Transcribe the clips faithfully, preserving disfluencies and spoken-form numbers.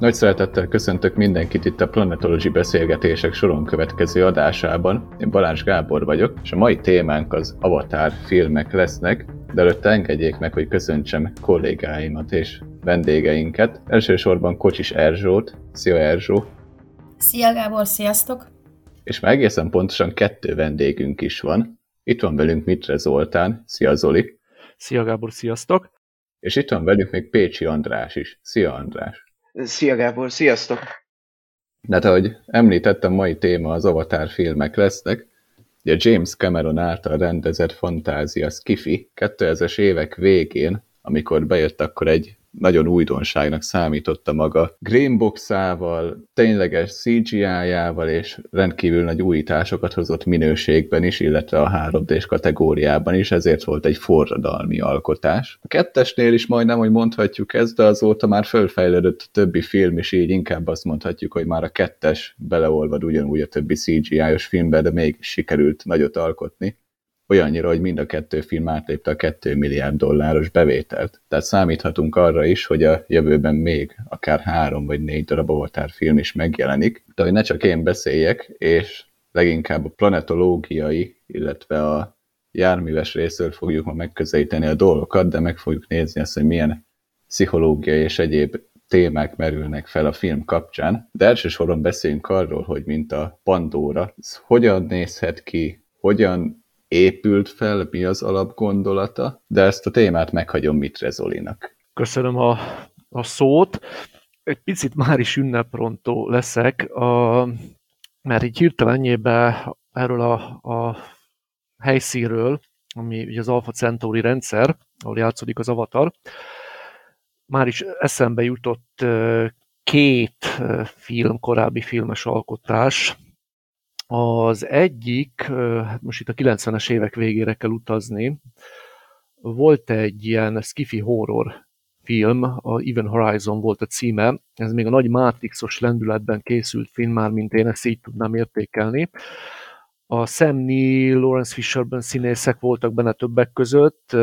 Nagy szeretettel köszöntök mindenkit itt a Planetology beszélgetések soron következő adásában. Én Balázs Gábor vagyok, és a mai témánk az Avatar filmek lesznek, de előtte engedjék meg, hogy köszöntsem kollégáimat és vendégeinket. Elsősorban Kocsis Erzsót. Szia Erzsó! Szia Gábor, sziasztok! És már egészen pontosan kettő vendégünk is van. Itt van velünk Mitre Zoltán. Szia Zoli! Szia Gábor, sziasztok! És itt van velünk még Pécsi András is. Szia András! Szia Gábor, sziasztok! De hát, ahogy említettem, mai téma az Avatar filmek lesznek. Ugye James Cameron által rendezett fantázia sci-fi kétezres évek végén, amikor bejött, akkor egy nagyon újdonságnak számította maga Green Box-ával, tényleges cé gé í-jával és rendkívül nagy újításokat hozott minőségben is, illetve a három dés kategóriában is, ezért volt egy forradalmi alkotás. A kettesnél is majdnem, hogy mondhatjuk ezt, de azóta már fölfejlődött a többi film is, így inkább azt mondhatjuk, hogy már a kettes beleolvad ugyanúgy a többi cé gé í-os filmbe, de még sikerült nagyot alkotni. Olyannyira, hogy mind a kettő film átlépte a két milliárd dolláros bevételt. Tehát számíthatunk arra is, hogy a jövőben még akár három vagy négy darab Avatar film is megjelenik. De hogy ne csak én beszéljek, és leginkább a planetológiai, illetve a járműves részről fogjuk ma megközelíteni a dolgokat, de meg fogjuk nézni azt, hogy milyen pszichológiai és egyéb témák merülnek fel a film kapcsán. De elsősorban beszéljünk arról, hogy mint a Pandora, ez hogyan nézhet ki, hogyan épült fel, mi az alapgondolata, de ezt a témát meghagyom Mitre Zolinak. Köszönöm a, a szót. Egy picit már is ünneprontó leszek, a, mert így hirtelenjében erről a, a helyszínről, ami ugye az Alpha Centauri rendszer, ahol játszódik az Avatar, már is eszembe jutott két film, korábbi filmes alkotás. Az egyik, hát most itt a kilencvenes évek végére kell utazni, volt egy ilyen sci-fi horror film, a Event Horizon volt a címe, ez még a nagy Matrixos lendületben készült film, már mint én ezt így tudnám értékelni. A Sam Neill, Lawrence Fishburne színészek voltak benne többek között,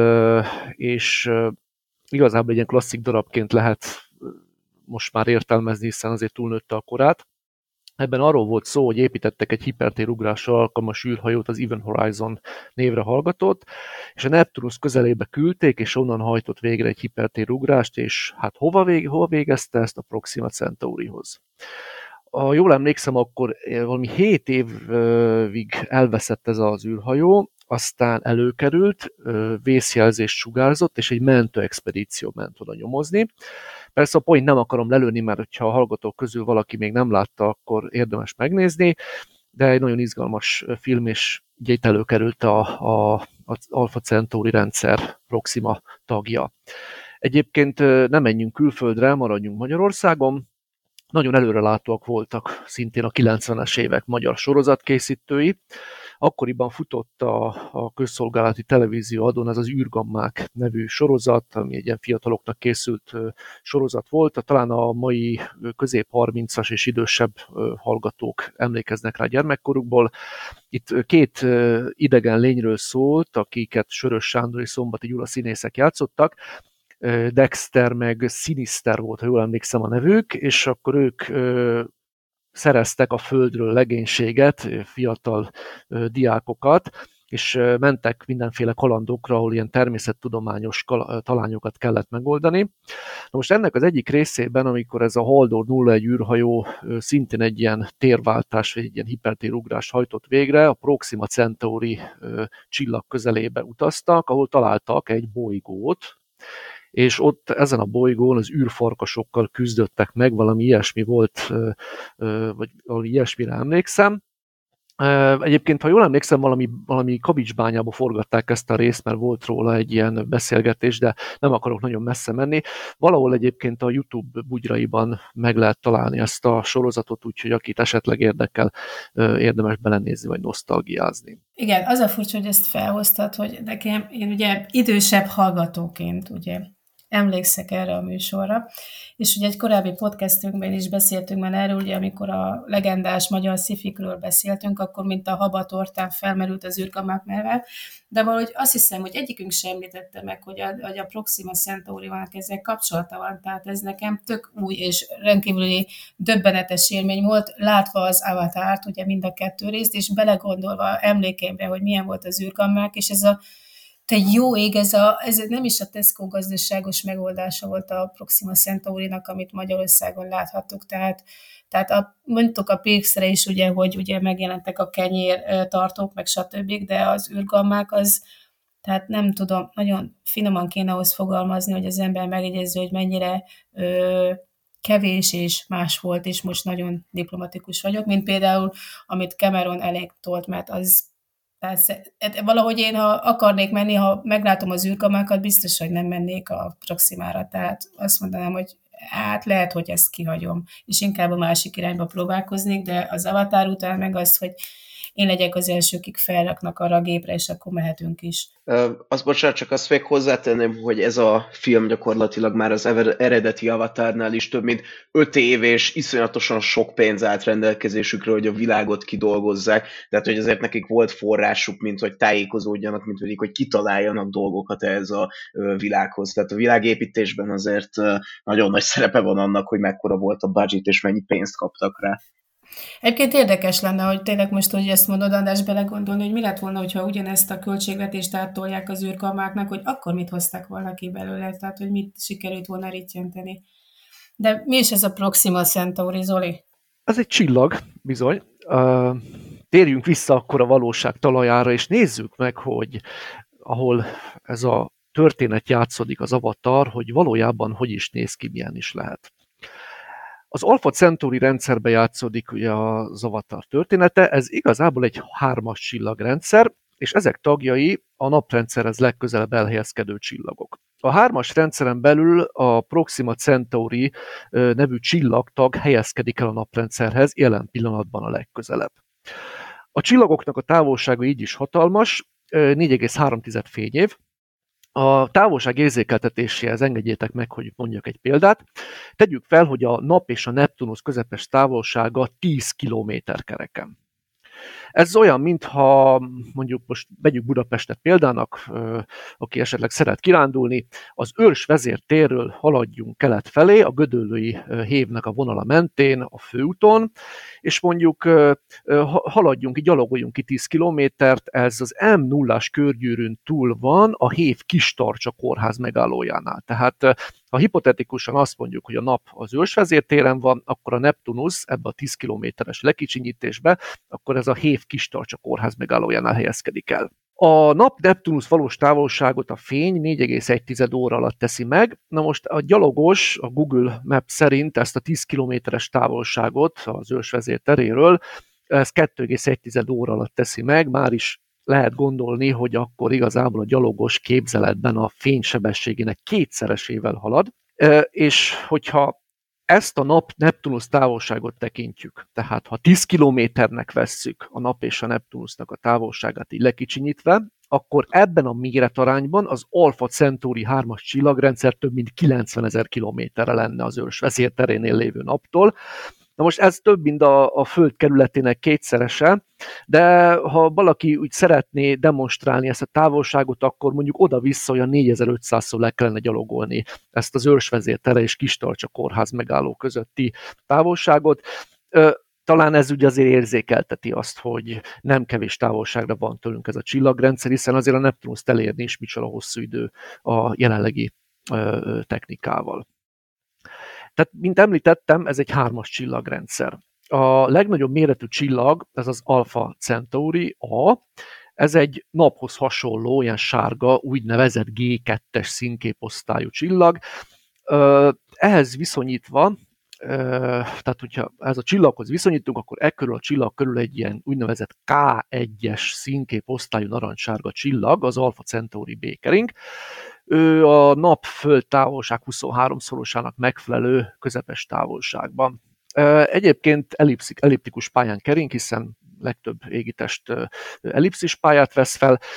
és igazából egy ilyen klasszik darabként lehet most már értelmezni, hiszen azért túlnőtte a korát. Ebben arról volt szó, hogy építettek egy hipertérugrásra alkalmas űrhajót, az Event Horizon névre hallgatott, és a Neptunus közelébe küldték, és onnan hajtott végre egy hipertérugrást, és hát hova, vég, hova végezte ezt? A Proxima Centaurihoz. Ha jól emlékszem, akkor valami hét évig elveszett ez az űrhajó, aztán előkerült, vészjelzést sugárzott, és egy mentőexpedíció ment oda nyomozni. Persze a point nem akarom lelőni, mert ha a hallgatók közül valaki még nem látta, akkor érdemes megnézni, de egy nagyon izgalmas film, és ugye itt előkerült a, a, az Alpha Centauri rendszer Proxima tagja. Egyébként nem menjünk külföldre, maradjunk Magyarországon. Nagyon előrelátóak voltak szintén a kilencvenes évek magyar sorozatkészítői. Akkoriban futott a, a közszolgálati televízió adón ez az űrgammák nevű sorozat, ami egy ilyen fiataloknak készült sorozat volt. Talán a mai közép harmincas és idősebb hallgatók emlékeznek rá gyermekkorukból. Itt két idegen lényről szólt, akiket Sörös Sándor és Szombati Gyula színészek játszottak. Dexter meg Sinister volt, ha jól emlékszem a nevük, és akkor ők szereztek a földről legénységet, fiatal diákokat, és mentek mindenféle kalandokra, ahol ilyen természettudományos talányokat kellett megoldani. Na most ennek az egyik részében, amikor ez a Haldor nulla egy űrhajó szintén egy ilyen térváltás, vagy egy ilyen hipertérugrás hajtott végre, a Proxima Centauri csillag közelébe utaztak, ahol találtak egy bolygót, és ott ezen a bolygón az űrfarkasokkal küzdöttek meg, valami ilyesmi volt, vagy valami ilyesmire emlékszem. Egyébként, ha jól emlékszem, valami, valami Kavicsbányába forgatták ezt a részt, mert volt róla egy ilyen beszélgetés, de nem akarok nagyon messze menni. Valahol egyébként a YouTube bugyraiban meg lehet találni ezt a sorozatot, úgyhogy akit esetleg érdekel, érdemes belenézni, vagy nosztalgiázni. Igen, az a furcsa, hogy ezt felhoztad, hogy nekem, én ugye idősebb hallgatóként ugye emlékszek erre a műsorra. És ugye egy korábbi podcastünkben is beszéltünk már erről, ugye amikor a legendás magyar szifikről beszéltünk, akkor mint a habatortán felmerült az űrgamák neve, de valahogy azt hiszem, hogy egyikünk sem említette meg, hogy a, hogy a Proxima Centaurival ezzel kapcsolata van, tehát ez nekem tök új és rendkívüli döbbenetes élmény volt, látva az Avatárt, ugye mind a kettő részt, és belegondolva emlékeimbe, hogy milyen volt az űrgamák, és ez a te jó ég, ez, a, ez nem is a Tesco gazdaságos megoldása volt a Proxima Centaurinak, amit Magyarországon láthattuk, tehát, tehát a, mondtuk a Pixre is, ugye, hogy ugye megjelentek a kenyér tartók, meg stb., de az űrgammák az, tehát nem tudom, nagyon finoman kéne ahhoz fogalmazni, hogy az ember megjegyezze, hogy mennyire ö, kevés és más volt, és most nagyon diplomatikus vagyok, mint például, amit Cameron elég tolt, mert az tehát valahogy én, ha akarnék menni, ha meglátom az űrgamákat, biztos, hogy nem mennék a Proximára. Tehát azt mondanám, hogy hát lehet, hogy ezt kihagyom, és inkább a másik irányba próbálkoznék, de az Avatar után meg az, hogy én legyek az első, akik felraknak arra a gépre, és akkor mehetünk is. Uh, azt bocsánat, csak azt még hozzátenném, hogy ez a film gyakorlatilag már az eredeti Avatarnál is több mint öt év és iszonyatosan sok pénz állt rendelkezésükre, hogy a világot kidolgozzák, tehát hogy azért nekik volt forrásuk, mint hogy tájékozódjanak, mint pedig, hogy kitaláljanak dolgokat ehhez a világhoz. Tehát a világépítésben azért nagyon nagy szerepe van annak, hogy mekkora volt a budget és mennyi pénzt kaptak rá. Egyébként érdekes lenne, hogy tényleg most, hogy ezt mondod, András, belegondolni, hogy mi lett volna, hogyha ugyanezt a költségvetést áttolják az űrgamáknak, hogy akkor mit hoztak volna ki belőle, tehát hogy mit sikerült volna rittyenteni. De mi is ez a Proxima Centauri, Zoli? Ez egy csillag, bizony. Uh, térjünk vissza akkor a valóság talajára, és nézzük meg, hogy ahol ez a történet játszódik, az Avatar, hogy valójában hogy is néz ki, milyen is lehet. Az Alpha Centauri rendszerbe játszódik ugye az Avatar története, ez igazából egy hármas csillagrendszer, és ezek tagjai a naprendszerhez legközelebb elhelyezkedő csillagok. A hármas rendszeren belül a Proxima Centauri nevű csillagtag helyezkedik el a naprendszerhez, jelen pillanatban a legközelebb. A csillagoknak a távolsága így is hatalmas, négy egész három fényév. A távolság érzékeltetéséhez engedjétek meg, hogy mondjak egy példát. Tegyük fel, hogy a Nap és a Neptunusz közepes távolsága tíz kilométer kereken. Ez olyan, mintha mondjuk most vegyük Budapestet példának, aki esetleg szeret kirándulni, az Őrs vezértérről haladjunk kelet felé, a Gödöllői hévnek a vonala mentén, a főúton, és mondjuk haladjunk, gyalogoljunk ki tíz kilométert, ez az M nullás körgyűrűn túl van a hév Kistarcsa kórház megállójánál. Tehát ha hipotetikusan azt mondjuk, hogy a Nap az Őrs vezértéren van, akkor a Neptunusz ebbe a tíz kilométeres lekicsinyítésbe, akkor ez a hév Kistarcsa kórház megállójánál helyezkedik el. A Nap-Neptunusz valós távolságot a fény négy egész egy óra alatt teszi meg. Na most a gyalogos, a Google Maps szerint ezt a tíz kilométeres távolságot az Őrs vezérteréről, ez kettő egész egy óra alatt teszi meg, már is lehet gondolni, hogy akkor igazából a gyalogos képzeletben a fénysebességének kétszeresével halad, és hogyha ezt a Nap-Neptunusz távolságot tekintjük, tehát ha tíz kilométernek vesszük a Nap és a Neptunusznak a távolságát így lekicsinyítve, akkor ebben a méretarányban az Alpha Centauri hármas csillagrendszer több mint kilencvenezer kilométerre lenne az Őrs vezérterénél lévő Naptól. Na most ez több, mint a, a Föld kerületének kétszerese, de ha valaki úgy szeretné demonstrálni ezt a távolságot, akkor mondjuk oda-vissza olyan négyezer-ötszázszor le kellene gyalogolni ezt az Őrs vezértere és Kistarcsa kórház megálló közötti távolságot. Talán ez ugye azért érzékelteti azt, hogy nem kevés távolságra van tőlünk ez a csillagrendszer, hiszen azért a Neptunuszt elérni is micsoda hosszú idő a jelenlegi technikával. Tehát, mint említettem, ez egy hármas csillagrendszer. A legnagyobb méretű csillag, ez az Alpha Centauri A, ez egy naphoz hasonló, ilyen sárga, úgynevezett G kettes színképosztályú csillag. Ehhez viszonyítva, tehát hogyha ez a csillaghoz viszonyítunk, akkor e körül a csillag körül egy ilyen úgynevezett K egyes színképosztályú narancssárga csillag, az Alpha Centauri B kering. Ő a Nap-Föld távolság huszonháromszorosának megfelelő közepes távolságban. Egyébként ellipszik, elliptikus pályán kering, hiszen legtöbb égitest ellipszis pályát vesz fel.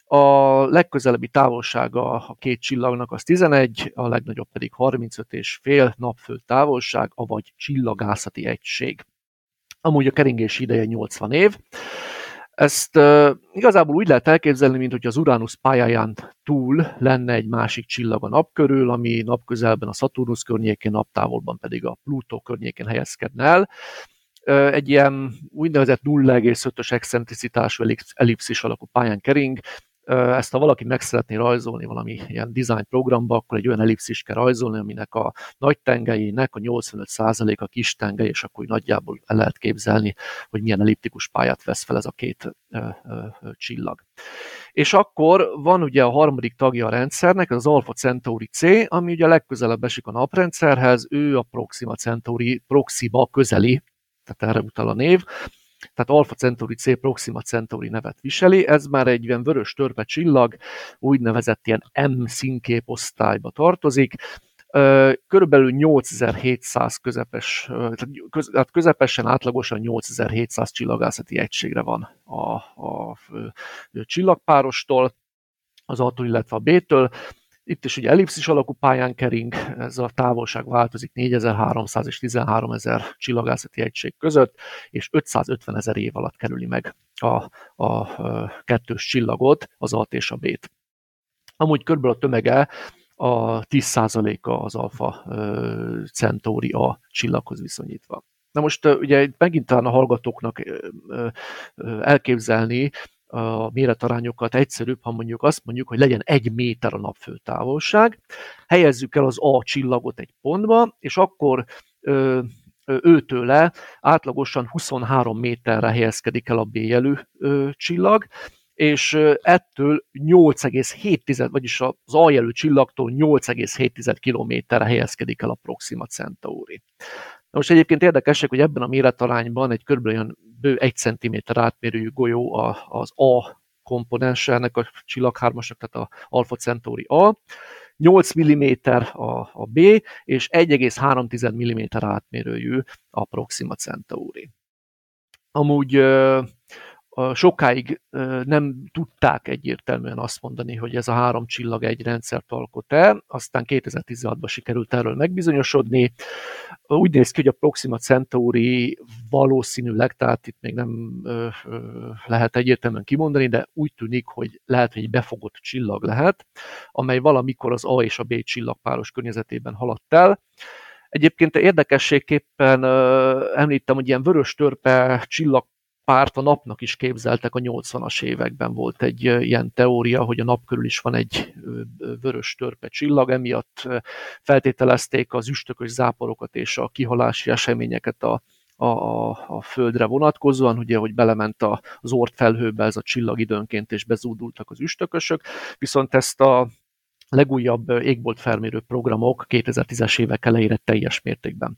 A legközelebbi távolsága a két csillagnak az tizenegy, a legnagyobb pedig harmincöt és fél napföld távolság, avagy csillagászati egység. Amúgy a keringési ideje nyolcvan év. Ezt uh, igazából úgy lehet elképzelni, mint hogy az Uranus pályáján túl lenne egy másik csillag a nap körül, ami napközelben a Szaturnusz környékén, naptávolban pedig a Plutó környékén helyezkedne el. Uh, egy ilyen úgynevezett nulla egész ötös excentricitású ellipszis alakú pályán kering. Ezt ha valaki meg szeretné rajzolni valami ilyen design programba, akkor egy olyan ellipszist kell rajzolni, aminek a nagy tengelyének a nyolcvanöt százalék a kis tengely, és akkor nagyjából el lehet képzelni, hogy milyen elliptikus pályát vesz fel ez a két ö, ö, ö, csillag. És akkor van ugye a harmadik tagja a rendszernek, az Alpha Centauri C, ami ugye legközelebb esik a naprendszerhez, ő a Proxima Centauri, Proxima közeli, tehát erre utal a név, tehát Alpha Centauri C Proxima Centauri nevet viseli, ez már egy ilyen vörös törpe csillag, úgynevezett ilyen M színképosztályba tartozik, körülbelül nyolcezer-hétszáz közepes, tehát közepesen átlagosan nyolcezer-hétszáz csillagászati egységre van a, a, a csillagpárostól, az A-tól, illetve a B-től. Itt is ugye ellipszis alakú pályán kering, ez a távolság változik négyezer-háromszáz és tizenháromezer csillagászati egység között, és ötszázötvenezer év alatt kerüli meg a, a, a kettős csillagot, az A-t és a B-t. Amúgy körülbelül a tömege a tíz százaléka az Alpha Centauri A csillaghoz viszonyítva. Na most ugye megint talán a hallgatóknak elképzelni a méretarányokat egyszerűbb, ha mondjuk azt mondjuk, hogy legyen egy méter a napföld távolság, helyezzük el az A csillagot egy pontba, és akkor ö, őtőle átlagosan huszonhárom méterre helyezkedik el a B jelű ö, csillag, és ettől nyolc egész hét, vagyis az A jelű csillagtól nyolc egész hét kilométerre helyezkedik el a Proxima Centauri. Na most egyébként érdekesek, hogy ebben a méretarányban egy kb. Olyan bő egy centiméter átmérőjű golyó az A komponense ennek a csillaghármasnak, tehát a Alpha Centauri A, nyolc milliméter a, a B, és egy egész három milliméter átmérőjű a Proxima Centauri. Amúgy sokáig nem tudták egyértelműen azt mondani, hogy ez a három csillag egy rendszert alkot-e, aztán kétezer-tizenhatban sikerült erről megbizonyosodni. Úgy néz ki, hogy a Proxima Centauri valószínűleg, tehát itt még nem lehet egyértelműen kimondani, de úgy tűnik, hogy lehet, hogy egy befogott csillag lehet, amely valamikor az A és a B csillagpáros környezetében haladt el. Egyébként érdekességképpen említem, hogy ilyen vörös törpe csillag párt a napnak is képzeltek, a nyolcvanas években volt egy ilyen teória, hogy a nap körül is van egy vörös törpe csillag, emiatt feltételezték az üstökös záporokat és a kihalási eseményeket a, a, a Földre vonatkozóan, ugye, hogy belement az Oort felhőbe ez a csillag időnként, és bezúdultak az üstökösök, viszont ezt a legújabb égboltfelmérő programok kétezer-tízes évek elejére teljes mértékben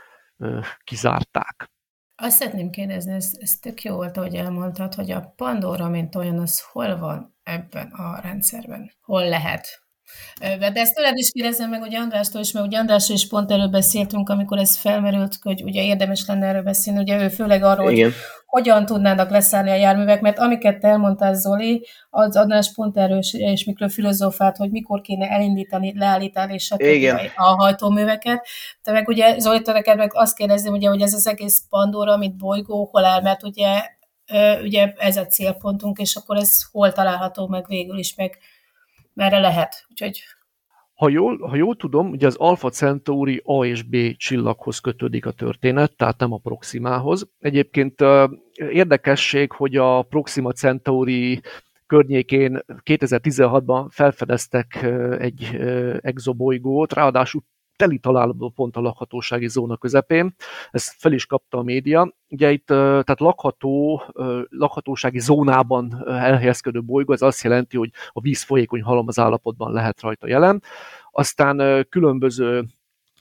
kizárták. Azt szeretném kérdezni, ez, ez tök jó volt, ahogy elmondtad, hogy a Pandora, mint olyan, az hol van ebben a rendszerben? Hol lehet? De ezt tőled is kérdezem meg, ugye Andrástól is, mert ugye Andrásról is pont erről beszéltünk, amikor ez felmerült, hogy ugye érdemes lenne erről beszélni, ugye ő főleg arról, igen, hogy hogyan tudnának leszállni a járművek, mert amiket te elmondtál, Zoli, az András pont erről és mikor filozófált, hogy mikor kéne elindítani, leállítani és a hajtóműveket. Te meg ugye, Zoli, neked meg azt kérdezném, ugye, hogy ez az egész Pandora, mint bolygó, hol áll, mert ugye, ugye ez a célpontunk, és akkor ez hol található meg végül is, meg merre lehet. Úgyhogy... Ha jól, ha jól tudom, ugye az Alpha Centauri A és B csillaghoz kötődik a történet, tehát nem a Proximához. Egyébként érdekesség, hogy a Proxima Centauri környékén kétezer-tizenhatban felfedeztek egy exobolygót, ráadásul teli található pont a lakhatósági zóna közepén. Ezt fel is kapta a média. Ugye itt tehát lakható, lakhatósági zónában elhelyezkedő bolygó, ez azt jelenti, hogy a víz folyékony halmaz állapotban lehet rajta jelen. Aztán különböző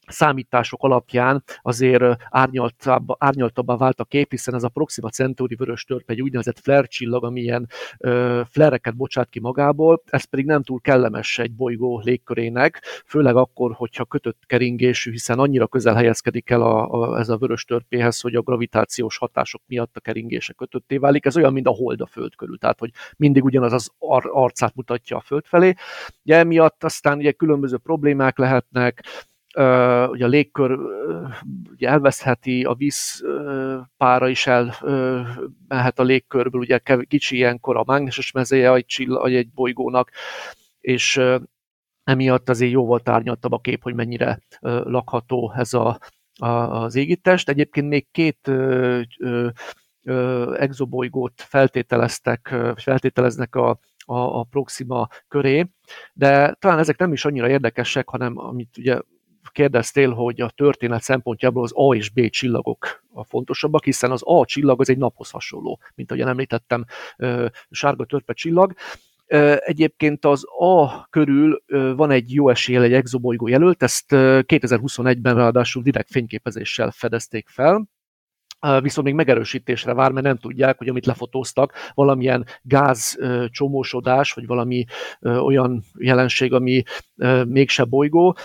számítások alapján azért árnyaltabbá, árnyaltabbá vált a kép, hiszen ez a Proxima Centauri vörös törpe egy úgynevezett flare csillag, ami ilyen ö, flare-eket bocsát ki magából, ez pedig nem túl kellemes egy bolygó légkörének, főleg akkor, hogyha kötött keringésű, hiszen annyira közel helyezkedik el a, a, ez a vörös törpéhez, hogy a gravitációs hatások miatt a keringése kötötté válik. Ez olyan, mint a hold a Föld körül, tehát hogy mindig ugyanaz az ar- arcát mutatja a Föld felé. Ugye emiatt aztán ugye különböző problémák lehetnek, Uh, ugye a légkör uh, ugye elveszheti, a vízpára uh, is elmehet uh, a légkörből, ugye kicsi ilyenkor a mágneses mezeje egy, csill- egy bolygónak, és uh, emiatt azért jóval tárnyaltabb a kép, hogy mennyire uh, lakható ez a, a, az égitest. Egyébként még két uh, uh, uh, exobolygót feltételeztek, uh, feltételeznek a, a, a Proxima köré, de talán ezek nem is annyira érdekesek, hanem amit ugye kérdeztél, hogy a történet szempontjából az A és B csillagok a fontosabbak, hiszen az A csillag az egy naphoz hasonló, mint ahogyan említettem, sárga törpe csillag. Egyébként az A körül van egy jó eséllyel egy exobolygó jelölt, ezt kétezer-huszonegyben ráadásul direkt fényképezéssel fedezték fel, viszont még megerősítésre vár, mert nem tudják, hogy amit lefotóztak, valamilyen gáz csomósodás, vagy valami olyan jelenség, ami mégse bolygó.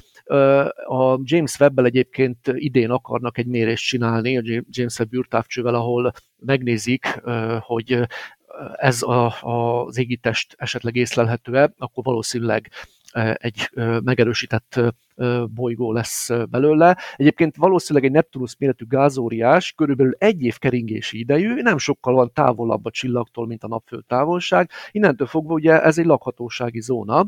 A James Webb-bel egyébként idén akarnak egy mérést csinálni, a James Webb űrtávcsővel, ahol megnézik, hogy ez a, a, az égitest esetleg észlelhető-e, akkor valószínűleg egy megerősített bolygó lesz belőle. Egyébként valószínűleg egy Neptunus méretű gázóriás, körülbelül egy év keringési idejű, nem sokkal van távolabb a csillagtól, mint a napföld távolság. Innentől fogva ugye ez egy lakhatósági zóna,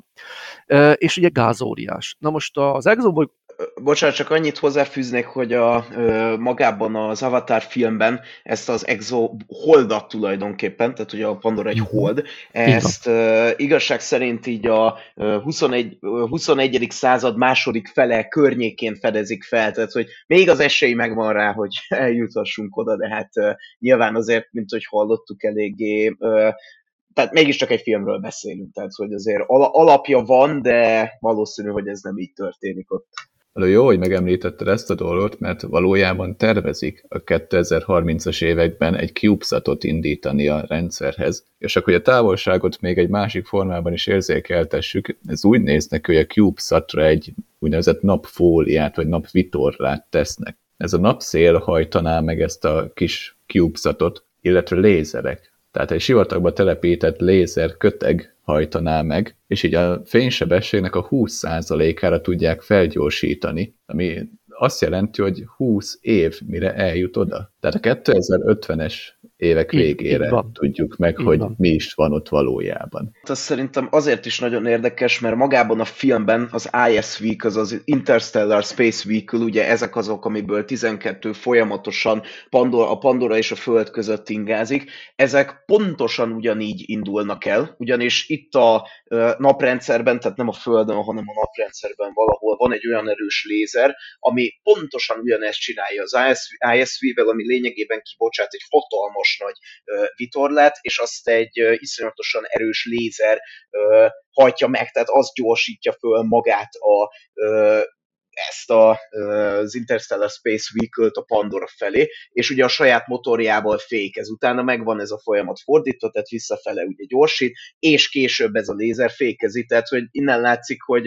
és ugye gázóriás. Na most az exobolygó... Bocsánat, csak annyit hozzáfűznék, hogy a, magában az Avatar filmben ezt az exo holdat tulajdonképpen, tehát ugye a Pandora egy hold, ezt uh, igazság szerint így a huszonegy, huszonegyedik század második fele környékén fedezik fel, tehát hogy még az esély megvan rá, hogy eljuthassunk oda, de hát uh, nyilván azért, mint hogy hallottuk, eléggé uh, tehát mégiscsak egy filmről beszélünk, tehát hogy azért alapja van, de valószínű, hogy ez nem így történik ott. Jó, hogy megemlítetted ezt a dolgot, mert valójában tervezik a kétezer-harmincas években egy CubeSatot indítani a rendszerhez, és akkor a távolságot még egy másik formában is érzékeltessük, ez úgy néz neki, hogy a CubeSatra egy úgynevezett napfóliát, vagy napvitorlát tesznek. Ez a napszél hajtaná meg ezt a kis CubeSatot, illetve lézerek. Tehát egy sivatagba telepített lézer köteg hajtaná meg, és így a fénysebességnek a húsz százalékára tudják felgyorsítani, ami azt jelenti, hogy húsz év, mire eljut oda. Tehát a kétezer-ötvenes évek végére így, így tudjuk meg, így hogy van. Mi is van ott valójában. Ez szerintem azért is nagyon érdekes, mert magában a filmben az I S V, az az Interstellar Space Vehicle, ugye ezek azok, amiből tizenkettő folyamatosan Pandora, a Pandora és a Föld között ingázik, ezek pontosan ugyanígy indulnak el, ugyanis itt a naprendszerben, tehát nem a Földön, hanem a naprendszerben valahol van egy olyan erős lézer, ami pontosan ugyanezt csinálja az I S V-vel, ami lényegében kibocsát egy hatalmas nagy uh, vitorlát, és azt egy uh, iszonyatosan erős lézer uh, hajtja meg, tehát az gyorsítja föl magát a uh, ezt a, az Interstellar Space Vehicle-t a Pandora felé, és ugye a saját motorjával fékez. Utána megvan ez a folyamat fordítva, tehát visszafele ugye gyorsít, és később ez a lézer fékezi, tehát hogy innen látszik, hogy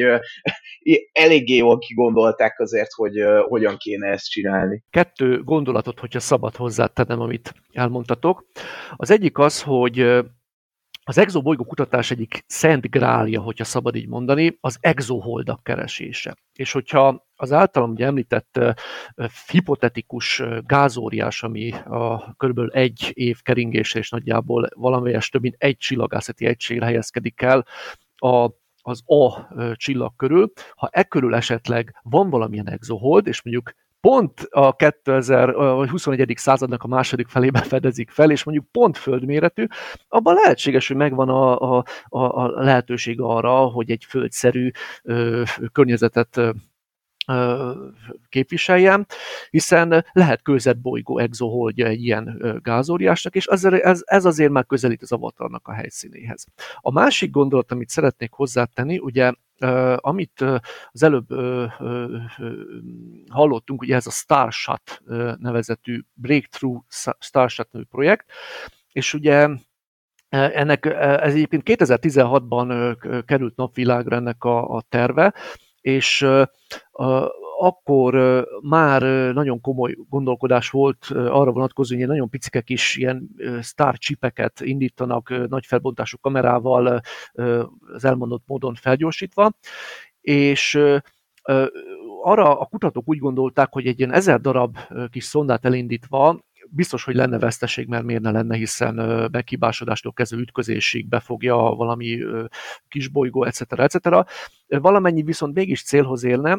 eléggé jól kigondolták azért, hogy hogyan kéne ezt csinálni. Kettő gondolatot, hogyha szabad hozzátennem, amit elmondtatok. Az egyik az, hogy az exobolygó kutatás egyik szent grálja, hogyha szabad így mondani, az exoholdak keresése. És hogyha az általam ugye említett uh, hipotetikus uh, gázóriás, ami a körülbelül egy év keringése és nagyjából valamelyes több mint egy csillagászati egységre helyezkedik el a az A csillag körül, ha e körül esetleg van valamilyen exohold, és mondjuk pont a kétezer-huszonegyedik századnak a második felében fedezik fel, és mondjuk pont földméretű, abban lehetséges, hogy megvan a, a, a lehetőség arra, hogy egy földszerű ö, környezetet ö, képviseljen, hiszen lehet kőzetbolygó exoholdja egy ilyen gázóriásnak, és ez, ez azért már közelít az Avatarnak a helyszínéhez. A másik gondolat, amit szeretnék hozzátenni, ugye amit az előbb hallottunk, ugye ez a Starshot nevezetű Breakthrough Starshot nevű projekt, és ugye ennek, ez egyébként kétezer-tizenhatban került napvilágra ennek a, a terve, és uh, akkor már nagyon komoly gondolkodás volt arra vonatkozó, hogy nagyon picike kis ilyen star chipeket indítanak nagy felbontású kamerával az elmondott módon felgyorsítva, és arra a kutatók úgy gondolták, hogy egy ilyen ezer darab kis szondát elindítva biztos, hogy lenne veszteség, mert miért ne lenne, hiszen meghibásodástól kezdve ütközésig befogja valami kisbolygó, et cetera, et cetera. Valamennyi viszont mégis célhoz érne,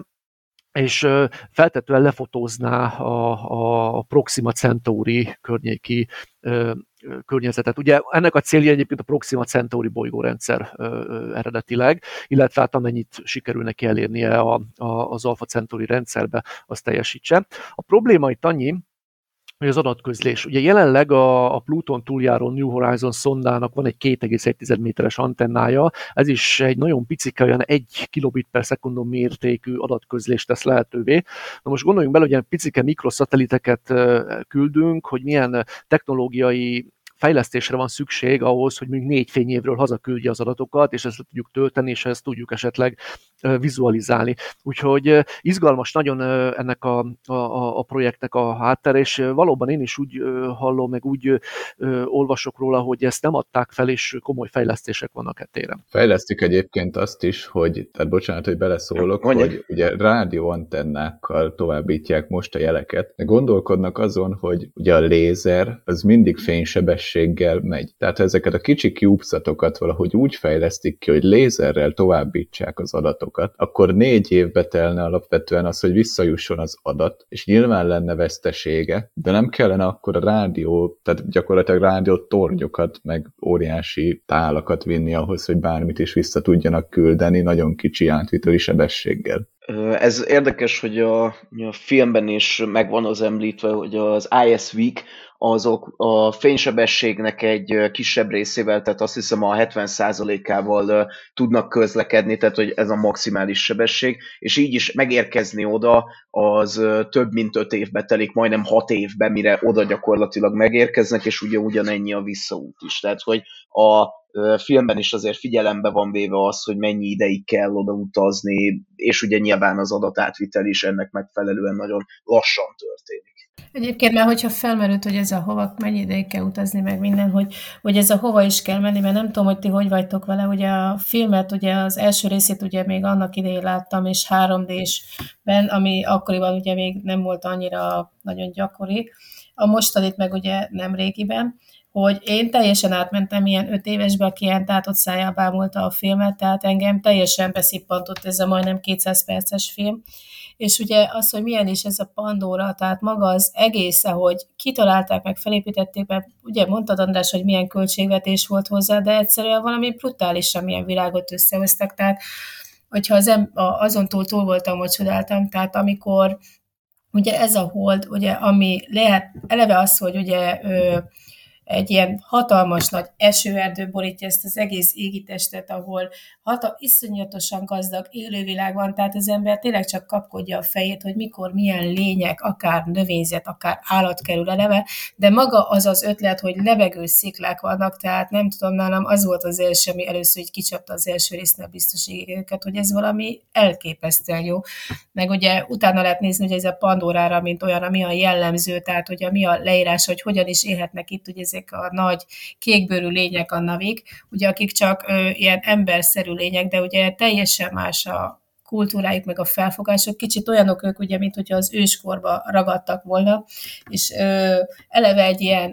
és feltetően lefotózná a, a Proxima Centauri környéki ö, környezetet. Ugye ennek a célja egyébként a Proxima Centauri bolygórendszer ö, ö, eredetileg, illetve hát amennyit sikerül neki elérnie a, a, az Alpha Centauri rendszerbe, azt teljesítse. A probléma itt annyi, hogy az adatközlés. Ugye jelenleg a, a Pluton túljáró New Horizon szondának van egy két egész egy méteres antennája, ez is egy nagyon picike, olyan egy kilobit per szekundum mértékű adatközlést tesz lehetővé. Na most gondoljunk bele, hogy ilyen picike mikroszatelliteket küldünk, hogy milyen technológiai fejlesztésre van szükség ahhoz, hogy mondjuk négy fényévről hazaküldje az adatokat, és ezt tudjuk tölteni, és ezt tudjuk esetleg vizualizálni. Úgyhogy izgalmas nagyon ennek a, a, a projektnek a háttere, és valóban én is úgy hallom, meg úgy olvasok róla, hogy ezt nem adták fel, és komoly fejlesztések vannak e téren. Fejlesztik egyébként azt is, hogy, tehát bocsánat, hogy beleszólok, Mondja. hogy ugye rádióantennákkal továbbítják most a jeleket, de gondolkodnak azon, hogy ugye a lézer az mindig fénysebességgel megy. Tehát ezeket a kicsi CubeSatokat valahogy úgy fejlesztik ki, hogy lézerrel továbbítsák az adatokat, akkor négy évbe telne alapvetően az, hogy visszajusson az adat, és nyilván lenne vesztesége, de nem kellene akkor a rádió, tehát gyakorlatilag rádió tornyokat, meg óriási tálakat vinni ahhoz, hogy bármit is vissza tudjanak küldeni nagyon kicsi átviteli sebességgel. Ez érdekes, hogy a, a filmben is megvan az említve, hogy az I S V-k azok a fénysebességnek egy kisebb részével, tehát azt hiszem a hetven százalékával tudnak közlekedni, tehát hogy ez a maximális sebesség, és így is megérkezni oda, az több mint öt évbe telik, majdnem hat évbe, mire oda gyakorlatilag megérkeznek, és ugye ugyanennyi a visszaút is. Tehát, hogy a filmben is azért figyelembe van véve az, hogy mennyi ideig kell oda utazni, és ugye nyilván az adatátvitel is ennek megfelelően nagyon lassan történik. Egyébként már, hogyha felmerült, hogy ez a hova, mennyi ideig kell utazni, meg minden, hogy, hogy ez a hova is kell menni, mert nem tudom, hogy ti hogy vagytok vele, ugye a filmet, ugye az első részét ugye még annak idején láttam, és három dé-ben, ami akkoriban ugye még nem volt annyira nagyon gyakori, a mostanit meg ugye nem régiben, hogy én teljesen átmentem ilyen öt évesbe, aki ilyen tátott szájjal bámulta a filmet, tehát engem teljesen beszippantott ez a majdnem kétszáz perces film, és ugye az, hogy milyen is ez a Pandora, tehát maga az egész, ahogy kitalálták, meg felépítették, mert ugye mondtad, András, hogy milyen költségvetés volt hozzá, de egyszerűen valami brutálisan milyen világot összehoztak, tehát hogyha az em- azon túl túl voltam, hogy csodáltam, tehát amikor ugye ez a hold, ugye, ami lehet, eleve az, hogy ugye ö, egy ilyen hatalmas nagy esőerdő borítja ezt az egész égitestet, ahol hata, iszonyatosan gazdag élővilág van, tehát az ember tényleg csak kapkodja a fejét, hogy mikor milyen lények, akár növényzet, akár állat kerül eleve, de maga az az ötlet, hogy lebegő sziklák vannak, tehát nem tudom, nálam az volt az első, ami először így kicsapta az első résznél biztos őket, hogy ez valami elképesztően jó. Meg ugye utána lehet nézni, hogy ez a Pandorára, mint olyan, ami a jellemző, tehát hogy mi a leírás, hogy hogyan is élhetnek itt, ugye ezek a nagy kékbőrű lények, a navik, ugye akik csak ö, ilyen emberszerű lények, de ugye teljesen más a kultúrájuk, meg a felfogások, kicsit olyanok ők, ugye, mint hogyha az őskorba ragadtak volna, és ö, eleve egy ilyen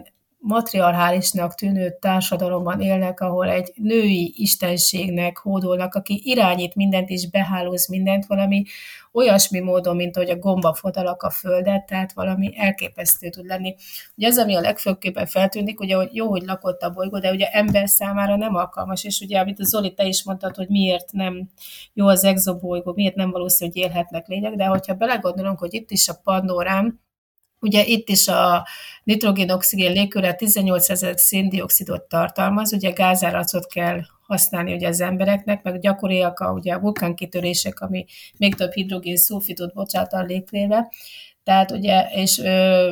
matriarchálisnak tűnő társadalomban élnek, ahol egy női istenségnek hódolnak, aki irányít mindent és behálóz mindent, valami olyasmi módon, mint ahogy a gombafodalak a földet, tehát valami elképesztő tud lenni. Ugye ez, ami a legfőképpen feltűnik, ugye, hogy jó, hogy lakott a bolygó, de ugye ember számára nem alkalmas, és ugye, amit a Zoli, te is mondtad, hogy miért nem jó az exobolygó, miért nem valószínű, hogy élhetnek lények, de hogyha belegondolunk, hogy itt is a Pandórán, ugye itt is a nitrogén-oxigén légköre tizennyolcezer széndioxidot tartalmaz, ugye gázáracot kell használni ugye az embereknek, meg gyakoriak a, ugye a vulkánkitörések, ami még több hidrogén szulfitot bocsát a légkörbe. Tehát ugye, és ö,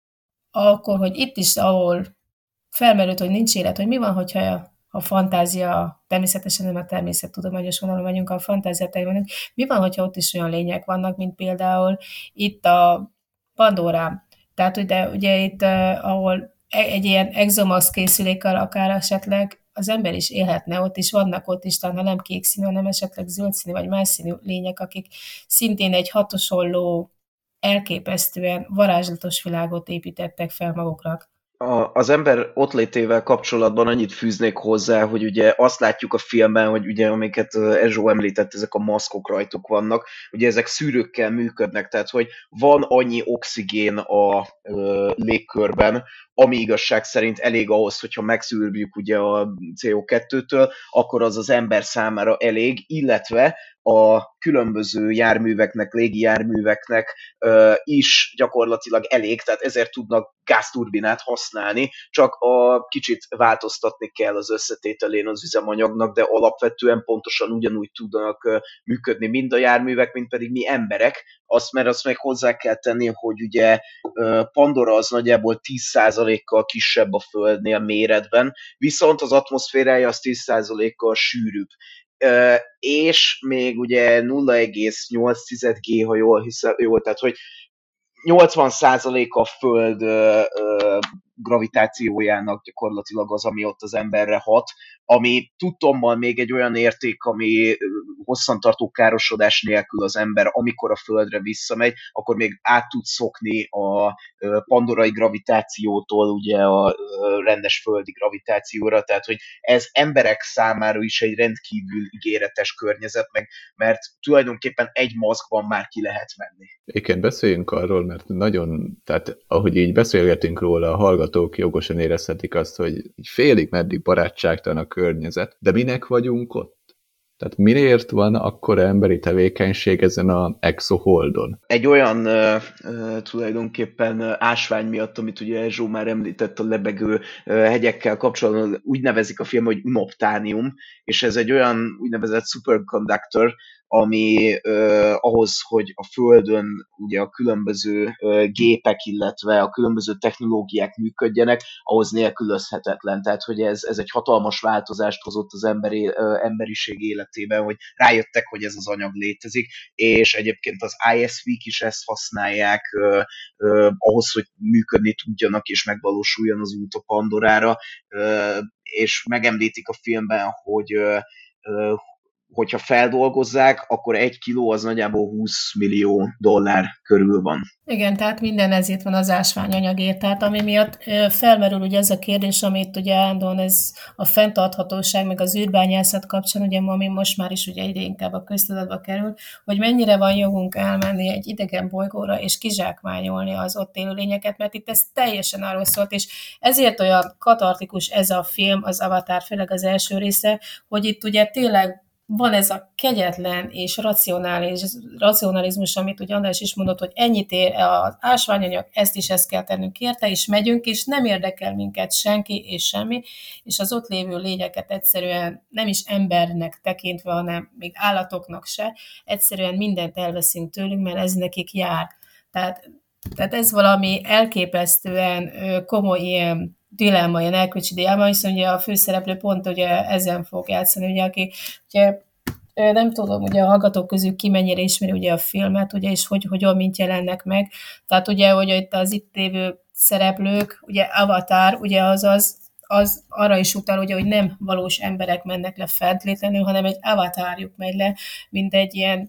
akkor, hogy itt is, ahol felmerült, hogy nincs élet, hogy mi van, hogyha a fantázia, természetesen nem a természettudományos vonalon vagyunk, a fantázia terén, mi van, hogyha ott is olyan lények vannak, mint például itt a Pandórán. Tehát ugye, ugye itt, uh, ahol egy ilyen exomax készülékkel akár esetleg az ember is élhetne, ott is vannak ott is, talán nem kék színű, hanem esetleg zöld színű vagy más színű lények, akik szintén egy hatosolló, elképesztően varázslatos világot építettek fel maguknak. A, az ember ott létével kapcsolatban annyit fűznék hozzá, hogy ugye azt látjuk a filmben, hogy ugye amiket Ezsó említett, ezek a maszkok rajtuk vannak, ugye ezek szűrőkkel működnek, tehát hogy van annyi oxigén a ö, légkörben, ami igazság szerint elég ahhoz, hogyha megszűrjük ugye a cé o kettőtől, akkor az az ember számára elég, illetve a különböző járműveknek, légijárműveknek uh, is gyakorlatilag elég, tehát ezért tudnak gázturbinát használni, csak a kicsit változtatni kell az összetételén az üzemanyagnak, de alapvetően pontosan ugyanúgy tudnak uh, működni mind a járművek, mint pedig mi emberek, azt, mert azt meg hozzá kell tenni, hogy ugye uh, Pandora az nagyjából tíz százalékkal kisebb a Földnél méretben, viszont az atmoszférája az tíz százalékkal sűrűbb. Uh, és még ugye nulla egész nyolc G, ha jól hiszem, jól, tehát hogy nyolcvan százalék a Föld uh, uh, gravitációjának gyakorlatilag az, ami ott az emberre hat, ami tudtommal még egy olyan érték, ami hosszantartó károsodás nélkül az ember, amikor a Földre visszamegy, akkor még át tud szokni a pandorai gravitációtól ugye a rendes földi gravitációra, tehát hogy ez emberek számára is egy rendkívül ígéretes környezet, meg, mert tulajdonképpen egy maszkban már ki lehet menni. Igen, beszéljünk arról, mert nagyon, tehát ahogy így beszélgetünk róla, a hallgatók jogosan érezhetik azt, hogy így félig meddig barátságtalan a környezet, de minek vagyunk ott? Tehát miért van akkora emberi tevékenység ezen a exoholdon? Egy olyan uh, uh, tulajdonképpen uh, ásvány miatt, amit ugye Ezsó már említett a lebegő uh, hegyekkel kapcsolatban, úgy nevezik a film, hogy unobtánium, és ez egy olyan úgynevezett superconductor, ami uh, ahhoz, hogy a Földön ugye a különböző uh, gépek, illetve a különböző technológiák működjenek, ahhoz nélkülözhetetlen. Tehát, hogy ez, ez egy hatalmas változást hozott az emberi, uh, emberiség életében, hogy rájöttek, hogy ez az anyag létezik, és egyébként az I S V-k is ezt használják uh, uh, ahhoz, hogy működni tudjanak és megvalósuljon az út a Pandorára, uh, és megemlítik a filmben, hogy uh, uh, hogyha feldolgozzák, akkor egy kiló az nagyjából húsz millió dollár körül van. Igen, tehát minden ezért van az ásványanyagért. Tehát ami miatt felmerül ugye ez a kérdés, amit ugye állandóan ez a fenntarthatóság, meg az űrbányászat kapcsán, ugye ami most már is ugye egyre inkább a köztudatba kerül, hogy mennyire van jogunk elmenni egy idegen bolygóra és kizsákmányolni az ott élő lényeket, mert itt ez teljesen arról szólt, és ezért olyan katartikus ez a film, az Avatar, főleg az első része, hogy itt ugye tényleg van ez a kegyetlen és racionális, racionalizmus, amit ugye András is mondott, hogy ennyit ér az ásványanyag, ezt is ezt kell tennünk érte, és megyünk, és nem érdekel minket senki és semmi, és az ott lévő lényeket egyszerűen nem is embernek tekintve, hanem még állatoknak se, egyszerűen mindent elveszünk tőlünk, mert ez nekik jár. Tehát, tehát ez valami elképesztően komoly ilyen dilemma, ilyen elkölcsi dilemma, hiszen ugye a főszereplő pont ugye ezen fog játszani, ugye, aki ugye, nem tudom, ugye a hallgatók közül ki mennyire ismeri ugye a filmet, ugye, és hogy, hogyan, mint jelennek meg. Tehát ugye, hogy itt az itt lévő szereplők, ugye Avatar, ugye az az, az arra is utal, ugye, hogy nem valós emberek mennek le feltétlenül, hanem egy avatarjuk megy le, mint egy ilyen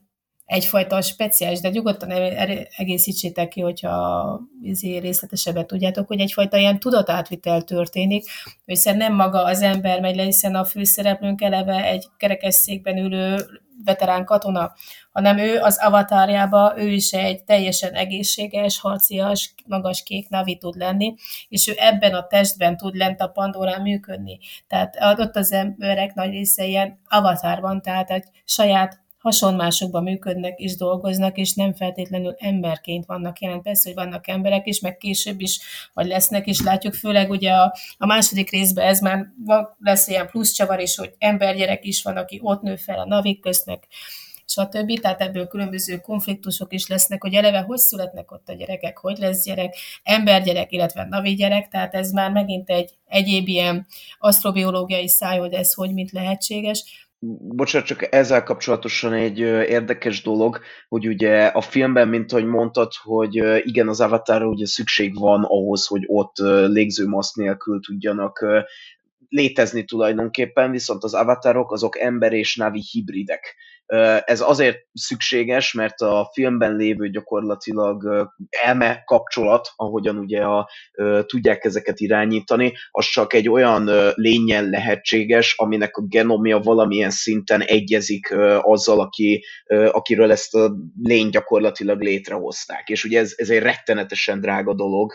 egyfajta speciális, de nyugodtan egészítsétek ki, hogyha részletesebbet tudjátok, hogy egyfajta ilyen tudatátvitel történik, hiszen nem maga az ember megy le, hiszen a főszereplőnk eleve egy kerekesszékben ülő veterán katona, hanem ő az avatárjába, ő is egy teljesen egészséges, harcias, magas kék navi tud lenni, és ő ebben a testben tud lent a Pandórán működni. Tehát ott az emberek nagy része ilyen avatárban, tehát egy saját hasonmásokban működnek és dolgoznak, és nem feltétlenül emberként vannak jelen. Persze, hogy vannak emberek is, meg később is, vagy lesznek is, látjuk, főleg ugye a, a második részben ez már van, lesz ilyen plusz csavar is, hogy embergyerek is van, aki ott nő fel a navik köznek, stb. Tehát ebből különböző konfliktusok is lesznek, hogy eleve hogy születnek ott a gyerekek, hogy lesz gyerek, embergyerek, illetve navi gyerek, tehát ez már megint egy egyéb ilyen asztrobiológiai száj, hogy ez hogy mint lehetséges. Bocsánat, csak ezzel kapcsolatosan egy érdekes dolog, hogy ugye a filmben, mint ahogy mondtad, hogy igen, az Avatarra ugye szükség van ahhoz, hogy ott légzőmaszk nélkül tudjanak létezni tulajdonképpen, viszont az avatarok azok ember és navi hibridek. Ez azért szükséges, mert a filmben lévő gyakorlatilag elme kapcsolat, ahogyan ugye a, tudják ezeket irányítani, az csak egy olyan lénnyel lehetséges, aminek a genomja valamilyen szinten egyezik azzal, aki, akiről ezt a lény gyakorlatilag létrehozták. És ugye ez, ez egy rettenetesen drága dolog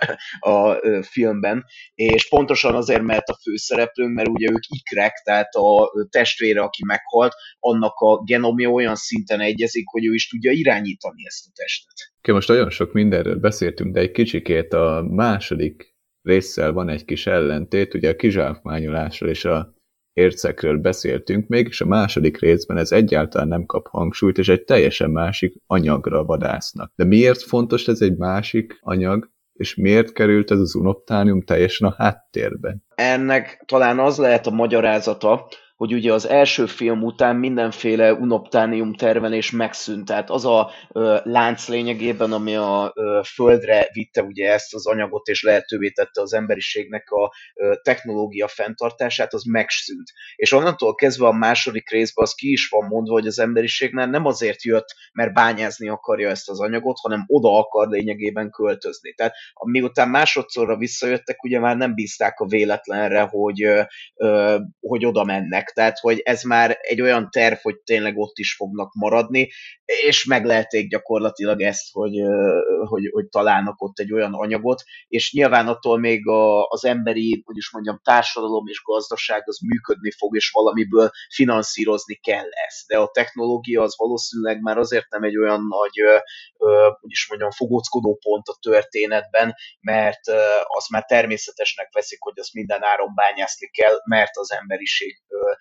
a filmben, és pontosan azért, mert a főszereplőnk, mert ugye ők ikrek, tehát a testvére, aki meghalt, annak a genomja olyan szinten egyezik, hogy ő is tudja irányítani ezt a testet. Okay, most nagyon sok mindenről beszéltünk, de egy kicsikét a második résszel van egy kis ellentét, ugye a kizsákmányolásról és a ércekről beszéltünk még, és a második részben ez egyáltalán nem kap hangsúlyt, és egy teljesen másik anyagra vadásznak. De miért fontos ez egy másik anyag, és miért került ez az unoptánium teljesen a háttérben? Ennek talán az lehet a magyarázata, hogy ugye az első film után mindenféle unoptánium termelés megszűnt. Tehát az a ö, lánc lényegében, ami a ö, földre vitte ugye ezt az anyagot, és lehetővé tette az emberiségnek a ö, technológia fenntartását, az megszűnt. És onnantól kezdve a második részben az ki is van mondva, hogy az emberiségnél nem azért jött, mert bányázni akarja ezt az anyagot, hanem oda akar lényegében költözni. Tehát miután másodszorra visszajöttek, ugye már nem bízták a véletlenre, hogy, ö, ö, hogy oda mennek. Tehát, hogy ez már egy olyan terv, hogy tényleg ott is fognak maradni, és meglelték gyakorlatilag ezt, hogy, hogy, hogy találnak ott egy olyan anyagot, és nyilván attól még a, az emberi, hogy is mondjam, társadalom és gazdaság az működni fog, és valamiből finanszírozni kell ezt. De a technológia az valószínűleg már azért nem egy olyan nagy, hogy is mondjam, fogóckodó pont a történetben, mert azt már természetesnek veszik, hogy azt minden áron bányászni kell, mert az emberiség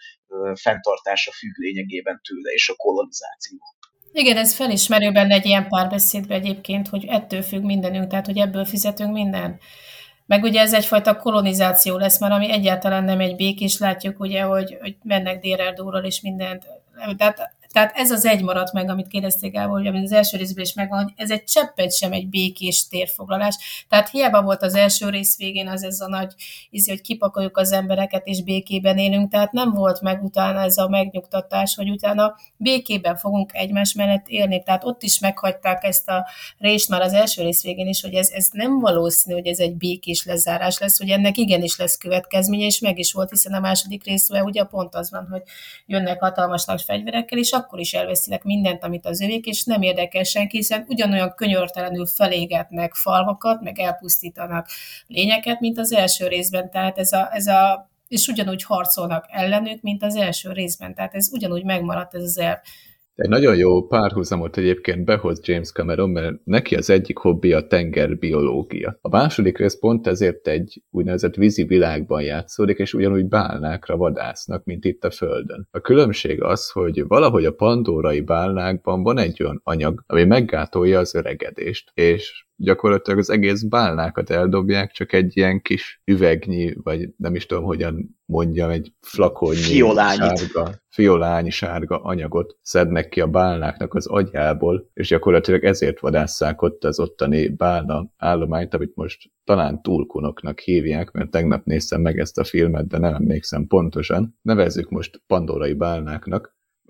fenntartása függ lényegében tőle, és a kolonizáció. Igen, ez felismerő benne egy ilyen párbeszédben egyébként, hogy ettől függ mindenünk, tehát hogy ebből fizetünk minden. Meg ugye ez egyfajta kolonizáció lesz már, ami egyáltalán nem egy békés, látjuk ugye, hogy, hogy mennek Dérerdóról és mindent. Tehát, tehát ez az egy maradt meg, amit kérdezték el, hogy az első részben is megvan, hogy ez egy cseppet sem egy békés térfoglalás. Tehát hiába volt az első rész végén az ez a nagy ízi, hogy kipakoljuk az embereket és békében élünk, tehát nem volt meg utána ez a megnyugtatás, hogy utána békében fogunk egymás mellett élni. Tehát ott is meghagyták ezt a részt már az első rész végén is, hogy ez, ez nem valószínű, hogy ez egy békés lezárás lesz, hogy ennek igenis lesz következménye, és meg is volt, hiszen a második részben ugye pont az van, hogy jönnek hatalmas nagy fegyverekkel, és akkor is elveszinek mindent, amit az övék, és nem érdekel senki, hiszen ugyanolyan könyörtelenül felégetnek falvakat, meg elpusztítanak lényeket, mint az első részben. Tehát ez a, ez a és ugyanúgy harcolnak ellenük, mint az első részben. Tehát ez ugyanúgy megmaradt ez az elv. Egy nagyon jó párhuzamot egyébként behoz James Cameron, mert neki az egyik hobbi a tengerbiológia. A második rész pont ezért egy úgynevezett vízi világban játszódik, és ugyanúgy bálnákra vadásznak, mint itt a Földön. A különbség az, hogy valahogy a pandórai bálnákban van egy olyan anyag, ami meggátolja az öregedést, és gyakorlatilag az egész bálnákat eldobják, csak egy ilyen kis üvegnyi, vagy nem is tudom, hogyan mondjam, egy flakonnyi sárga, fiolányi sárga anyagot szednek ki a bálnáknak az agyából, és gyakorlatilag ezért vadásszák ott az ottani bálna állományt, amit most talán túlkunoknak hívják, mert tegnap néztem meg ezt a filmet, de nem emlékszem pontosan. Nevezzük most pandórai bálnáknak.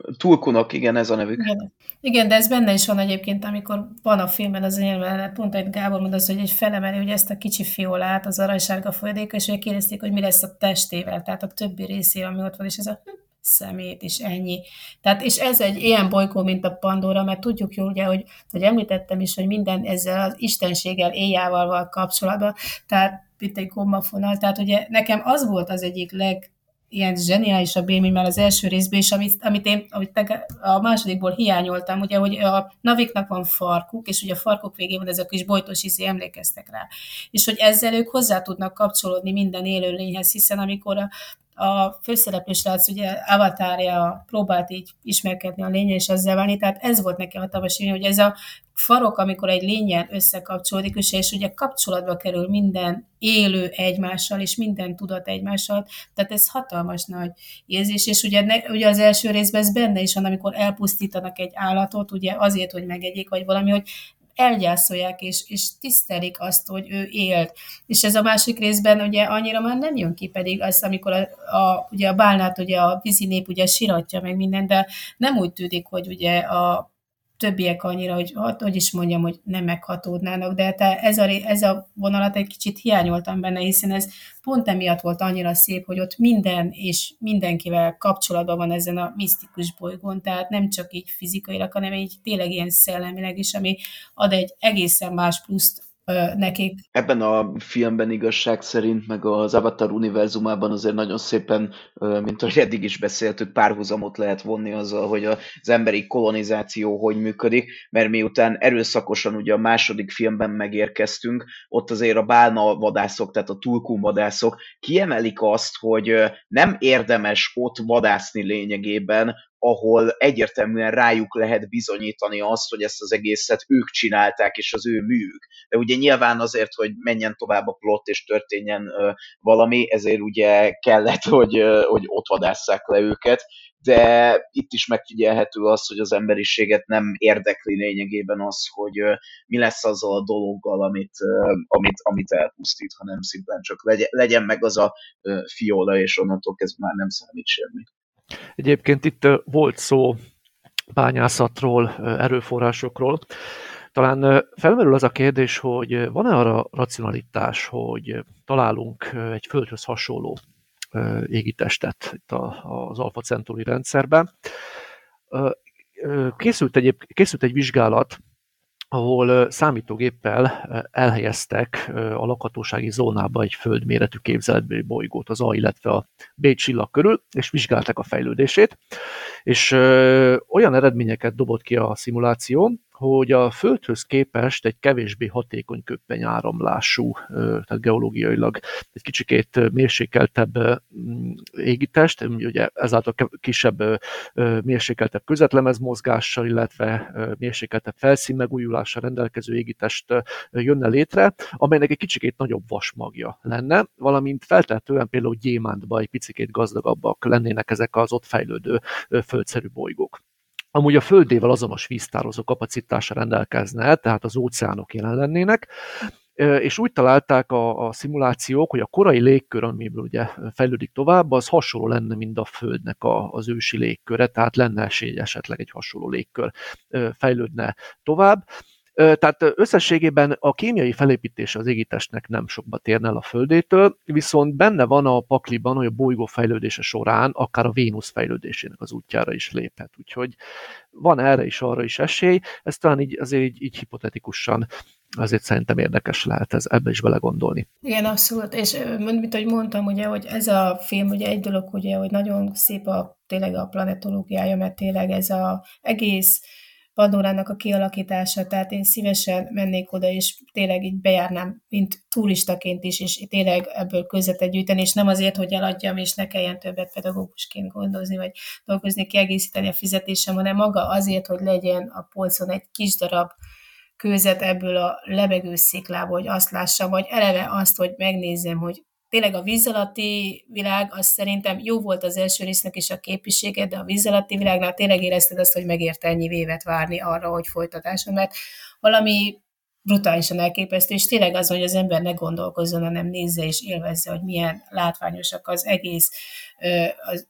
Tulkunok, igen, ez a nevük. Igen. igen, de ez benne is van egyébként, amikor van a filmben az anyelven, pont egy Gábor mondta, hogy egy felemeli ugye ezt a kicsi fiolát, az aranysárga folyadéka, és ugye kérdezték, hogy mi lesz a testével, tehát a többi részével, ami ott van, és ez a szemét, és ennyi. Tehát, és ez egy ilyen bolygó, mint a Pandora, mert tudjuk jól, ugye, hogy, hogy említettem is, hogy minden ezzel az istenséggel, éjjával van kapcsolatban, tehát itt egy gombafonal, tehát ugye nekem az volt az egyik leg ilyen zseniálisabb élmény már az első részben is, amit, amit én amit a másodikból hiányoltam, ugye, hogy a naviknak van farkuk, és ugye a farkuk végén van ez a kis bojtos izé, emlékeztek rá. És hogy ezzel ők hozzá tudnak kapcsolódni minden élőlényhez, hiszen amikor a, a főszereplő srác, ugye Avatarja próbált így ismerkedni a lénye, és azzal válni, tehát ez volt neki hatalmas élmény, hogy ez a farok, amikor egy lényen összekapcsolódik, és ugye kapcsolatba kerül minden élő egymással, és minden tudat egymással, tehát ez hatalmas nagy érzés, és ugye, ne, ugye az első részben ez benne is van, amikor elpusztítanak egy állatot, ugye azért, hogy megegyék, vagy valami, hogy elgyászolják, és, és tisztelik azt, hogy ő élt. És ez a másik részben ugye annyira már nem jön ki, pedig az, amikor a, a, ugye a bálnát ugye a vízi nép ugye siratja meg minden, de nem úgy tűnik, hogy ugye a többiek annyira, hogy hogy is mondjam, hogy nem meghatódnának, de ez a, ez a vonalat egy kicsit hiányoltam benne, hiszen ez pont emiatt volt annyira szép, hogy ott minden és mindenkivel kapcsolatban van ezen a misztikus bolygón, tehát nem csak így fizikailag, hanem így tényleg ilyen szellemileg is, ami ad egy egészen más pluszt nekik. Ebben a filmben igazság szerint, meg az Avatar univerzumában azért nagyon szépen, mint ahogy eddig is beszéltük, párhuzamot lehet vonni azzal, hogy az emberi kolonizáció hogy működik, mert miután erőszakosan ugye a második filmben megérkeztünk, ott azért a bálna vadászok, tehát a tulkun vadászok kiemelik azt, hogy nem érdemes ott vadászni lényegében, ahol egyértelműen rájuk lehet bizonyítani azt, hogy ezt az egészet ők csinálták, és az ő műük. De ugye nyilván azért, hogy menjen tovább a plot, és történjen uh, valami, ezért ugye kellett, hogy, uh, hogy ott vadásszák le őket, de itt is megfigyelhető az, hogy az emberiséget nem érdekli lényegében az, hogy uh, mi lesz azzal a dologgal, amit, uh, amit, amit elpusztít, hanem szimplán csak legyen, legyen meg az a uh, fiola, és onnantól kezdve már nem számít semmi. Egyébként itt volt szó bányászatról, erőforrásokról. Talán felmerül az a kérdés, hogy van-e arra racionalitás, hogy találunk egy Földhöz hasonló égitestet itt az Alpha Centauri rendszerben. Készült, egyéb, készült egy vizsgálat, ahol számítógéppel elhelyeztek a lakhatósági zónába egy földméretű képzeletbeli bolygót, az A, illetve a B csillag körül, és vizsgálták a fejlődését, és olyan eredményeket dobott ki a szimuláció, hogy a Földhöz képest egy kevésbé hatékony köppenyáramlású, tehát geológiailag egy kicsikét mérsékeltebb égitest, ugye ezáltal kisebb, mérsékeltebb közvetlemezmozgással, illetve mérsékeltebb felszínmegújulással rendelkező égitest jönne létre, amelynek egy kicsikét nagyobb vasmagja lenne, valamint feltehetően például gyémántban egy picikét gazdagabbak lennének ezek az ott fejlődő földszerű bolygók. Amúgy a Földével azonos víztározó kapacitása rendelkezne, tehát az óceánok jelen lennének, és úgy találták a, a szimulációk, hogy a korai légkör, amiből ugye fejlődik tovább, az hasonló lenne, mint a Földnek a, az ősi légköre, tehát lenne esély, esetleg egy hasonló légkör fejlődne tovább. Tehát összességében a kémiai felépítése az égitestnek nem sokba térne el a Földétől, viszont benne van a pakliban, hogy a bolygó fejlődése során akár a Vénusz fejlődésének az útjára is léphet. Úgyhogy van erre is, arra is esély. Ez talán így, azért így, így hipotetikusan azért szerintem érdekes lehet ez, ebbe is belegondolni. Igen, abszolút. És mint ahogy mondtam, ugye, hogy ez a film ugye egy dolog, ugye, hogy nagyon szép a, tényleg a planetológiája, mert tényleg ez az egész Pandorának a kialakítása, tehát én szívesen mennék oda, és tényleg így bejárnám, mint turistaként is, és tényleg ebből közvetet gyűjteni, és nem azért, hogy eladjam, és ne kelljen többet pedagógusként gondozni, vagy dolgozni, kiegészíteni a fizetésem, hanem maga azért, hogy legyen a polcon egy kis darab kőzet ebből a lebegő sziklából, hogy azt lássam, vagy eleve azt, hogy megnézzem, hogy tényleg a víz alatti világ, az szerintem jó volt az első résznek is a képisége, de a víz alatti világnál tényleg érezted azt, hogy megérte ennyi évet várni arra, hogy folytatáson, mert valami brutálisan elképesztő, és tényleg az, hogy az ember ne gondolkozzon, hanem nézze és élvezze, hogy milyen látványosak az egész, az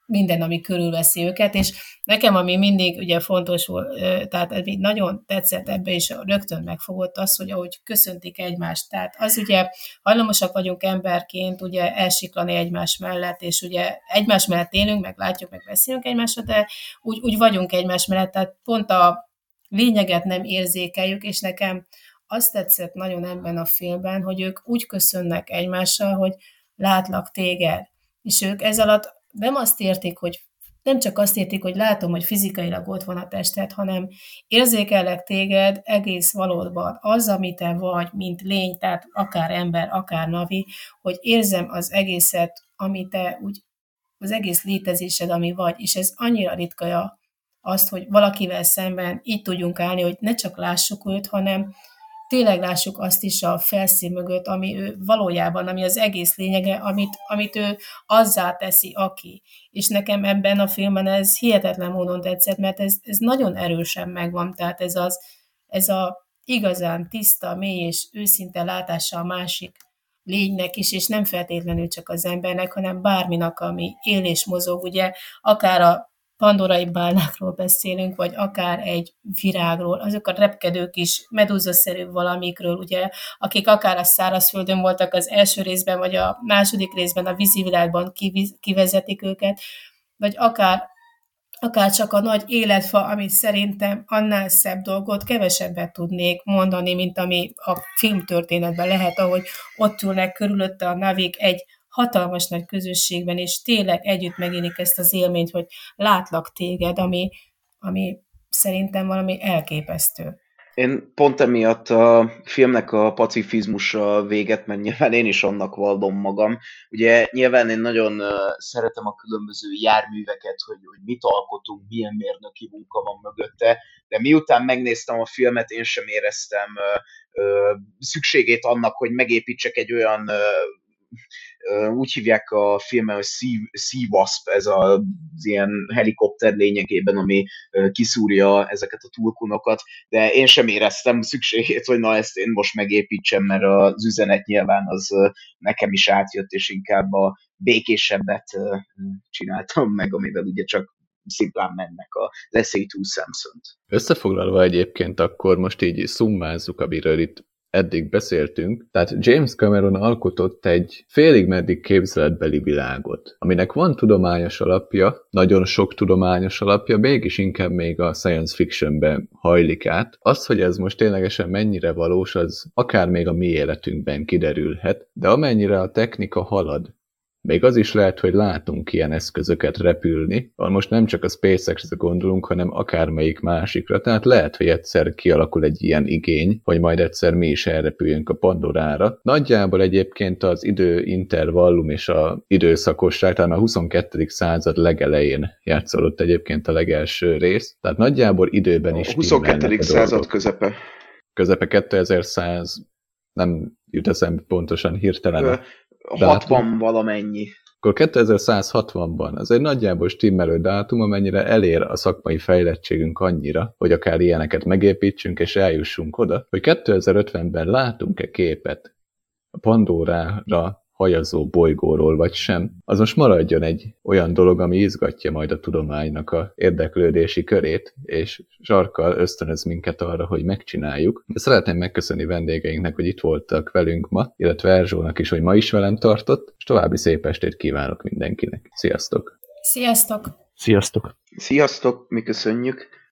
minden, ami körülveszi őket, és nekem, ami mindig ugye fontos volt, tehát ami nagyon tetszett ebbe, és rögtön megfogott az, hogy ahogy köszöntik egymást, tehát az ugye hajlamosak vagyunk emberként ugye elsiklani egymás mellett, és ugye egymás mellett élünk, meg látjuk, meg beszélünk egymásra, de úgy, úgy vagyunk egymás mellett, tehát pont a lényeget nem érzékeljük, és nekem azt tetszett nagyon ebben a filmben, hogy ők úgy köszönnek egymással, hogy látlak téged, és ők ez alatt nem azt értik, hogy nem csak azt értik, hogy látom, hogy fizikailag ott van a tested, hanem érzékelek téged egész valódban. Az, amit te vagy, mint lény, tehát akár ember, akár navi, hogy érzem az egészet, ami te úgy, az egész létezésed, ami vagy, és ez annyira ritka azt, hogy valakivel szemben így tudjunk állni, hogy ne csak lássuk őt, hanem tényleg lássuk azt is a felszín mögött, ami ő valójában, ami az egész lényege, amit, amit ő azzá teszi, aki. És nekem ebben a filmben ez hihetetlen módon tetszett, mert ez, ez nagyon erősen megvan, tehát ez az, ez a igazán tiszta, mély és őszinte látása a másik lénynek is, és nem feltétlenül csak az embernek, hanem bárminak, ami él és mozog, ugye, akár a pandorai bálnákról beszélünk, vagy akár egy virágról, azok a repkedők is medúzaszerű valamikről, ugye, akik akár a szárazföldön voltak az első részben, vagy a második részben a vízivilágban kivezetik őket, vagy akár, akár csak a nagy életfa, amit szerintem annál szebb dolgot kevesebbet tudnék mondani, mint ami a filmtörténetben lehet, ahogy ott ülnek körülötte a navik egy hatalmas nagy közösségben, és tényleg együtt megélik ezt az élményt, hogy látlak téged, ami, ami szerintem valami elképesztő. Én pont emiatt a filmnek a pacifizmusa véget, mert nyilván én is annak vallom magam. Ugye nyilván én nagyon szeretem a különböző járműveket, hogy, hogy mit alkotunk, milyen mérnöki munka van mögötte, de miután megnéztem a filmet, én sem éreztem ö, ö, szükségét annak, hogy megépítsek egy olyan ö, úgy hívják a filmen, hogy Sea Wasp, ez az ilyen helikopter lényegében, ami kiszúrja ezeket a tulkunokat, de én sem éreztem szükségét, hogy na ezt én most megépítsem, mert az üzenet nyilván az nekem is átjött, és inkább a békésebbet csináltam meg, amivel ugye csak szimplán mennek az Essay to Samson-t. Összefoglalva egyébként akkor most így szummázzuk, amiről itt eddig beszéltünk, tehát James Cameron alkotott egy félig meddig képzeletbeli világot, aminek van tudományos alapja, nagyon sok tudományos alapja, mégis inkább még a science fictionbe hajlik át. Az, hogy ez most ténylegesen mennyire valós, az akár még a mi életünkben kiderülhet, de amennyire a technika halad, még az is lehet, hogy látunk ilyen eszközöket repülni, most nem csak a SpaceX-re gondolunk, hanem akármelyik másikra, tehát lehet, hogy egyszer kialakul egy ilyen igény, hogy majd egyszer mi is elrepüljünk a Pandorára. Nagyjából egyébként az időintervallum és a időszakosság, talán a huszonkettedik század legelején játszódott egyébként a legelső rész, tehát nagyjából időben is a huszonkettedik század közepe. Közepe kétezer-száz, nem jut eszembe pontosan hirtelen. Ö, hatvan valamennyi. Akkor kétezer-százhatvanban, az egy nagyjából stimmelő dátum, amennyire elér a szakmai fejlettségünk annyira, hogy akár ilyeneket megépítsünk és eljussunk oda, hogy kétezer-ötvenben látunk-e képet a Pandórára hajazó bolygóról vagy sem, az most maradjon egy olyan dolog, ami izgatja majd a tudománynak a érdeklődési körét, és sarkkal ösztönöz minket arra, hogy megcsináljuk. De szeretném megköszönni vendégeinknek, hogy itt voltak velünk ma, illetve Erzsónak is, hogy ma is velem tartott, és további szép estét kívánok mindenkinek. Sziasztok! Sziasztok! Sziasztok! Sziasztok, mi köszönjük!